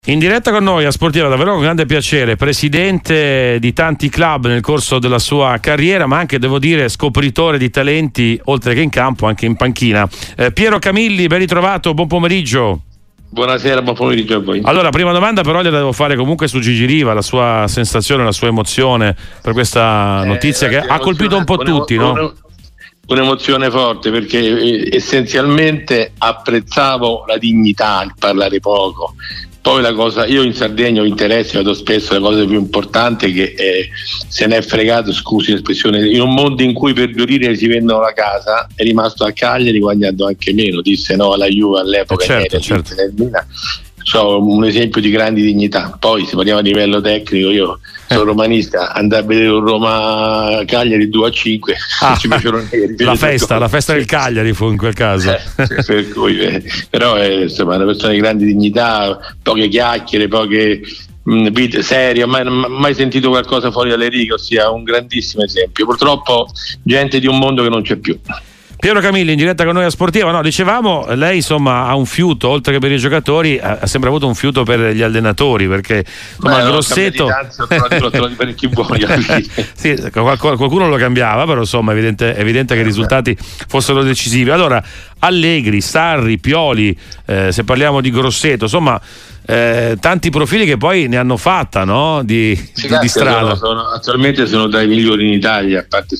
In diretta con noi a Sportiva, davvero con grande piacere, presidente di tanti club nel corso della sua carriera, ma anche, devo dire, scopritore di talenti, oltre che in campo, anche in panchina. Piero Camilli, ben ritrovato, buon pomeriggio. Buonasera, buon pomeriggio a voi. Allora, prima domanda però gliela devo fare comunque su Gigi Riva, la sua sensazione, la sua emozione per questa notizia che ha colpito un po' tutti, no? Un'emozione forte, perché essenzialmente apprezzavo la dignità, il parlare poco. Poi la cosa, io in Sardegna ho interesse, vedo spesso la cosa più importante che se ne è fregato, scusi l'espressione, in un mondo in cui per 2 lire si vendono la casa, è rimasto a Cagliari guadagnando anche meno, disse no alla Juve all'epoca. Certo. So, un esempio di grandi dignità. Poi se parliamo a livello tecnico, io sono romanista, andare a vedere un Roma-Cagliari 2-5 ci piacciono neri. La festa del Cagliari fu in quel caso. Per cui, però insomma, una persona di grandi dignità, poche chiacchiere, poche vite serie, mai sentito qualcosa fuori dalle righe, ossia un grandissimo esempio. Purtroppo gente di un mondo che non c'è più. Piero Camilli in diretta con noi a Sportiva. No, dicevamo, lei insomma ha un fiuto, oltre che per i giocatori, ha sempre avuto un fiuto per gli allenatori, perché insomma Grosseto per chi vuole. Sì, qualcuno lo cambiava, però insomma è evidente che i risultati fossero decisivi. Allora, Allegri, Sarri, Pioli, se parliamo di Grosseto, insomma tanti profili che poi ne hanno fatta, no? di strada. Attualmente sono tra i migliori in Italia, a parte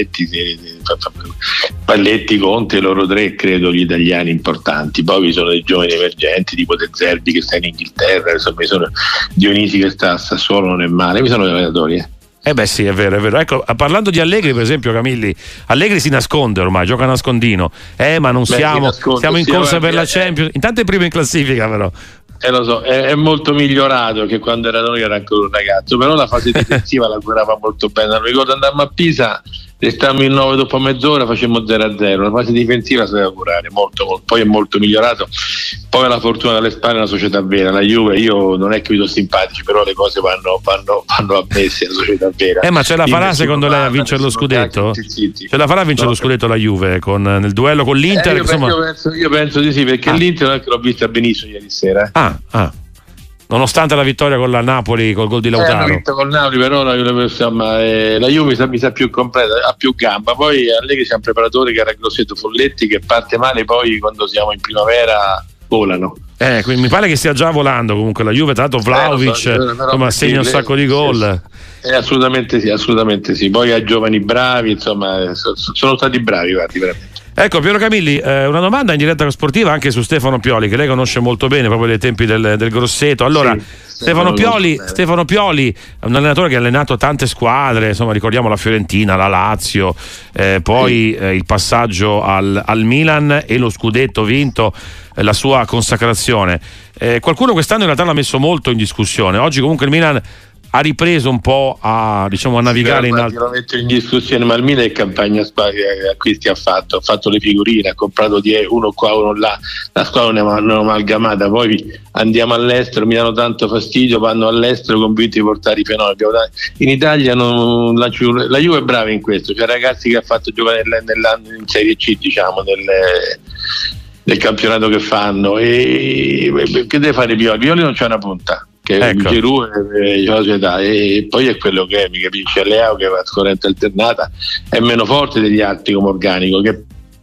Spalletti, Conte, loro 3 credo gli italiani importanti. Poi vi sono dei giovani emergenti tipo De Zerbi che sta in Inghilterra, insomma mi sono Dionisi che sta a Sassuolo, non è male, mi sono gli allenatori. Beh sì, è vero. Ecco, parlando di Allegri, per esempio, Camilli, Allegri si nasconde ormai, gioca a nascondino, ma non siamo in corsa per la Champions, intanto è primo in classifica però. Lo so, è molto migliorato, che quando era noi era ancora un ragazzo, però la fase difensiva la curava molto bene. Non ricordo, andammo a Pisa, restammo in 9 dopo mezz'ora, facemmo 0-0. La fase difensiva si deve curare molto, poi è molto migliorato. Poi la fortuna dalle spalle è una società vera. La Juve, io non è che vi do simpatici, però le cose vanno ammesse, la società vera. Ma ce la farà secondo lei a vincere lo scudetto? Ce la farà a vincere lo scudetto la Juve nel duello con l'Inter? Io penso di sì, perché l'Inter anche l'ho vista benissimo ieri sera. Nonostante la vittoria con la Napoli col gol di Lautaro. Ha vinto con Napoli, però la Juve mi sa più completa, ha più gamba. Poi Allegri c'è un preparatore che era Grosseto, Folletti, che parte male, poi quando siamo in primavera volano. Quindi mi pare che stia già volando comunque la Juve, tra l'altro Vlahovic segna un sacco di gol. Assolutamente sì. Poi ha giovani bravi, insomma, sono stati bravi, guardi, veramente. Ecco, Piero Camilli, una domanda in diretta sportiva anche su Stefano Pioli, che lei conosce molto bene proprio dai tempi del Grosseto. Allora, sì, Stefano Pioli è un allenatore che ha allenato tante squadre, insomma ricordiamo la Fiorentina, la Lazio, poi il passaggio al Milan e lo scudetto vinto, la sua consacrazione. Qualcuno quest'anno in realtà l'ha messo molto in discussione. Oggi comunque il Milan ha ripreso un po' a navigare in alto. Lo metto in discussione, ma il Milan è campagna acquisti ha fatto le figurine, ha comprato uno qua, uno là, la squadra non è amalgamata. Poi andiamo all'estero, mi danno tanto fastidio, vanno all'estero convinti di portare i fenomeni. In Italia la Juve è brava in questo, c'è ragazzi che ha fatto giocare nell'anno in Serie C, diciamo, nel campionato che fanno, e che deve fare Pioli non c'è una punta, che ecco. Giroud e poi è quello che è, mi capisce, Leao che va a corrente alternata, è meno forte degli altri come organico, che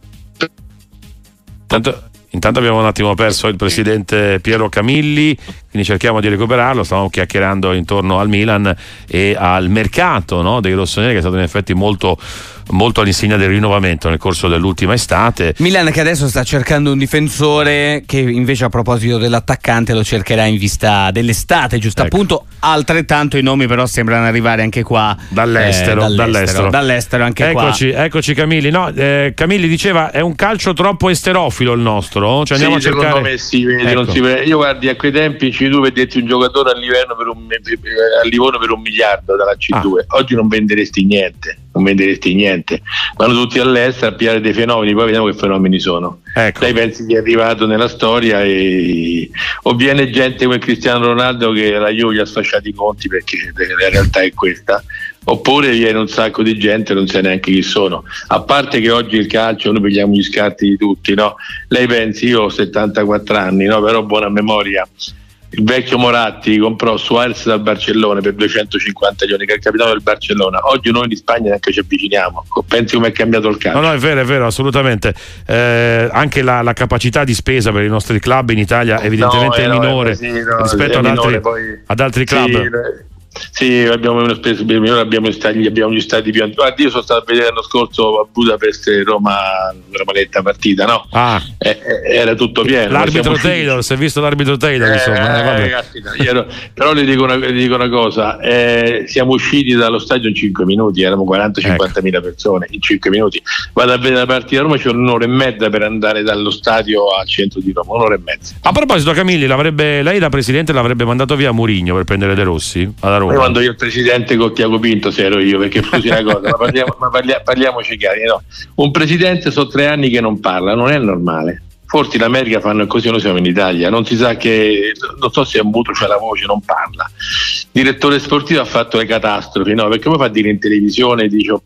Intanto abbiamo un attimo perso il presidente Piero Camilli, quindi cerchiamo di recuperarlo. Stavamo chiacchierando intorno al Milan e al mercato, no, dei rossoneri, che è stato in effetti molto all'insegna del rinnovamento nel corso dell'ultima estate. Milan che adesso sta cercando un difensore, che invece a proposito dell'attaccante lo cercherà in vista dell'estate, giusto? Ecco. Appunto, altrettanto i nomi però sembrano arrivare anche qua dall'estero anche eccoci Camilli. No, Camilli diceva è un calcio troppo esterofilo il nostro, cioè andiamo a cercare. Secondo me si vede, ecco. Non si vede. Io guardi, a quei tempi C2 vedetti un giocatore a Livorno per $1 miliardo dalla C2. Oggi non venderesti niente. Vanno tutti all'estero a pigliare dei fenomeni, poi vediamo che fenomeni sono. Ecco. Lei pensi che è arrivato nella storia o viene gente come Cristiano Ronaldo che la Juve gli ha sfasciato i conti, perché la realtà è questa, oppure viene un sacco di gente, non sa neanche chi sono. A parte che oggi il calcio noi pigliamo gli scarti di tutti, no? Lei pensi, io ho 74 anni, no? Però buona memoria. il vecchio Moratti comprò Suarez dal Barcellona per 250 milioni, che è il capitano del Barcellona. Oggi noi in Spagna neanche ci avviciniamo. Pensi come è cambiato il calcio? No, è vero, assolutamente. Anche la capacità di spesa per i nostri club in Italia evidentemente è minore rispetto ad altri club. Sì, abbiamo meno speso, abbiamo gli stadi più antichi. Guarda, io sono stato a vedere l'anno scorso a Budapest Roma partita, no? Era tutto pieno. L'arbitro Taylor, si è visto l'arbitro Taylor, insomma. Però le dico una cosa, siamo usciti dallo stadio in 5 minuti, erano 40-50 mila persone in 5 minuti. Vado a vedere la partita a Roma, c'è un'ora e mezza per andare dallo stadio al centro di Roma, un'ora e mezza. A proposito, Camilli, lei da presidente l'avrebbe mandato via Mourinho per prendere De Rossi alla Roma? Quando io il presidente con Tiago Pinto, se ero io, perché scusi una cosa, parliamoci chiari, no? Un presidente sono 3 anni che non parla, non è normale. Forse in America fanno così, noi siamo in Italia, non si sa che, non so se è muto, c'è la voce, non parla. Direttore sportivo ha fatto le catastrofi, no? Perché poi fa dire in televisione, dice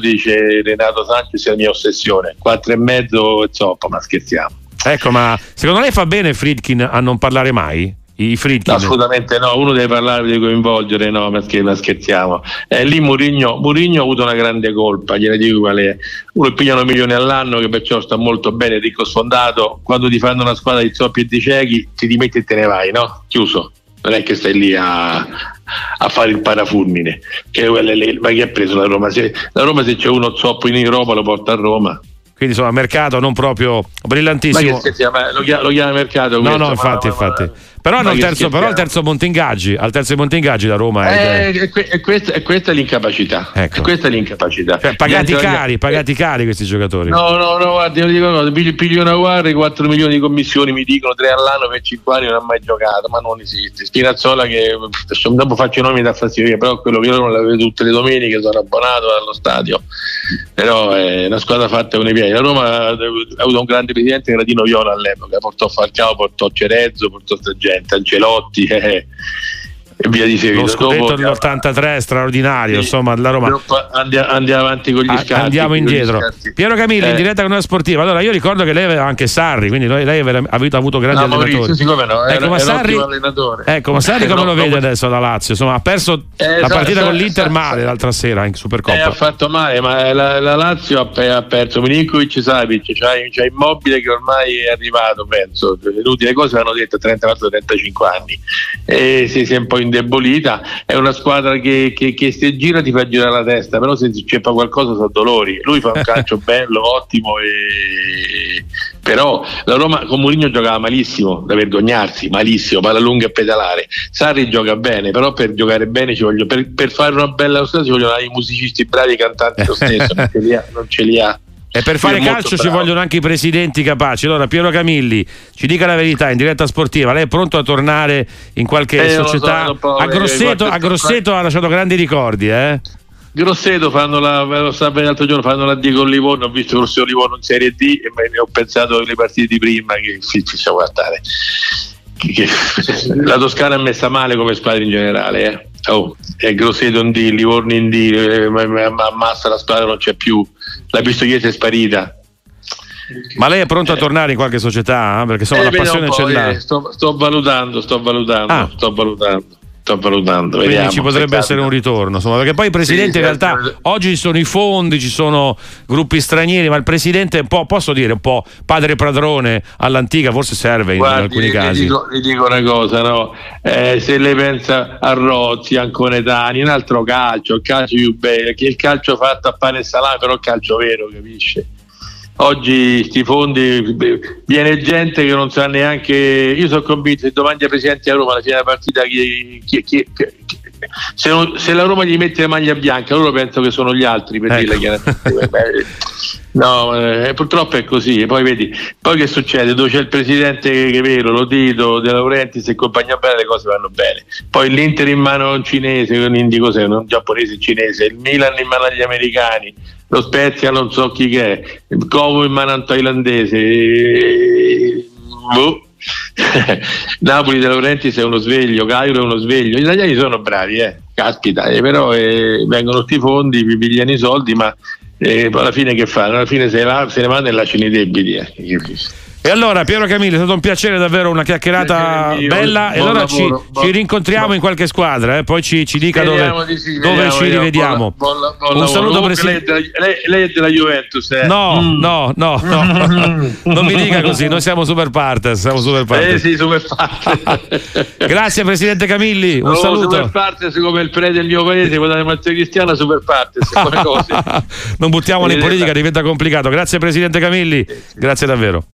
Renato Sanchez è la mia ossessione, 4,5 zoppa, ma scherziamo. Ecco, ma secondo lei fa bene Friedkin a non parlare mai? No, assolutamente no, uno deve parlare, deve coinvolgere, no, ma scherziamo. Lì Mourinho ha avuto una grande colpa, gliene dico qual è. Uno pigliano milioni all'anno, che perciò sta molto bene, ricco sfondato, quando ti fanno una squadra di zoppi e di ciechi ti rimetti e te ne vai, no? Chiuso. Non è che stai lì a fare il parafulmine. Ma chi ha preso la Roma? Se c'è uno zoppo in Europa lo porta a Roma. Quindi insomma mercato non proprio brillantissimo. Ma lo chiama mercato questo, no, infatti. Però al terzo monte ingaggi da Roma questa è l'incapacità. Ecco. Questa è l'incapacità. Cioè, pagati cari questi giocatori. No, guardi, io dico no, piglio una guarda, 4 milioni di commissioni, mi dicono 3 all'anno per 5 anni, non ha mai giocato, ma non esiste. Spinazzola, che dopo faccio i nomi da fastidio, però quello che io non la vedo tutte le domeniche, sono abbonato allo stadio. Però è una squadra fatta con i piedi. La Roma ha avuto un grande presidente che era Dino Viola all'epoca, portò Falcao, portò Cerezzo, portò sta gente, Ancelotti e via di seguito. Lo scudetto dell'83 straordinario, insomma, la Roma. Andiamo avanti con gli scarti. Andiamo indietro. Piero Camilli in diretta con una sportiva. Allora io ricordo che lei aveva anche Sarri, quindi lei aveva avuto grandi allenatori. Ma Sarri come lo vede adesso la Lazio? Insomma, ha perso la partita con l'Inter male l'altra sera in Supercoppa. Ha fatto male, ma la Lazio ha perso Milinkovic, Savic, c'ha Immobile che ormai è arrivato, penso. Le ultime cose l'hanno detto 34-35 anni. E si è un po' indebolita. È una squadra che se gira ti fa girare la testa, però se c'è qualcosa sono dolori. Lui fa un calcio bello, ottimo, però la Roma con Mourinho giocava malissimo, da vergognarsi, malissimo, palla lunga e pedalare. Sarri gioca bene, però per giocare bene per fare una bella ostazione ci vogliono i musicisti bravi, i cantanti lo stesso, non ce li ha. E per fare calcio ci vogliono anche i presidenti capaci. Allora Piero Camilli, ci dica la verità in diretta sportiva, lei è pronto a tornare in qualche società? A Grosseto ha lasciato grandi ricordi, Grosseto lo sapevo l'altro giorno, fanno la D con Livorno, ho visto Grosseto Livorno in Serie D e ne ho pensato alle partite di prima che difficile guardare. La Toscana è messa male come squadra in generale, è Grosseto in D, Livorno in D, ammassa la squadra, non c'è più, la Pistoiese è sparita. Ma lei è pronto a tornare in qualche società? Perché insomma la passione ce l'ha. Sto valutando. Vediamo. Quindi ci potrebbe essere un ritorno, insomma, perché poi il presidente in realtà oggi ci sono i fondi, ci sono gruppi stranieri, ma il presidente è un po', posso dire, un po' padre padrone all'antica, forse serve in alcuni casi. Vi dico una cosa, no? Se lei pensa a Rozzi, a Conetani, un altro calcio, il calcio più bello, che il calcio fatto a pane e salame, però il calcio vero, capisce? Oggi sti fondi viene gente che non sa neanche. Io sono convinto che domani ai presidenti a Roma alla fine della partita se la Roma gli mette la maglia bianca loro pensano che sono gli altri, per dirla chiaramente. Purtroppo è così. E poi vedi, poi che succede? Dove c'è il presidente che è vero, lo Tito, De Laurentiis e compagnia bene, le cose vanno bene. Poi l'Inter in mano a un cinese, un giapponese, un cinese, il Milan in mano agli americani, lo Spezia non so chi che è, il Como in mano a un thailandese, Napoli De Laurentiis è uno sveglio, Cairo è uno sveglio. Gli italiani sono bravi, caspita, però vengono sti fondi, vi pigliano i soldi, ma alla fine che fanno? Alla fine se ne vanno e lasciano i debiti. E allora Piero Camilli, è stato un piacere, davvero una chiacchierata bella. E allora ci rincontriamo in qualche squadra, poi ci dica dove ci rivediamo. Un saluto, Presidente. Lei è della Juventus, eh? No. Non mi dica così, noi siamo Super Partes. Super Partes. Grazie Presidente Camilli, un saluto. Super Partes come il prete del mio paese, guardate Matteo Cristiano, Super Partes, come cose. Non buttiamolo in politica, diventa complicato. Grazie Presidente Camilli, grazie davvero.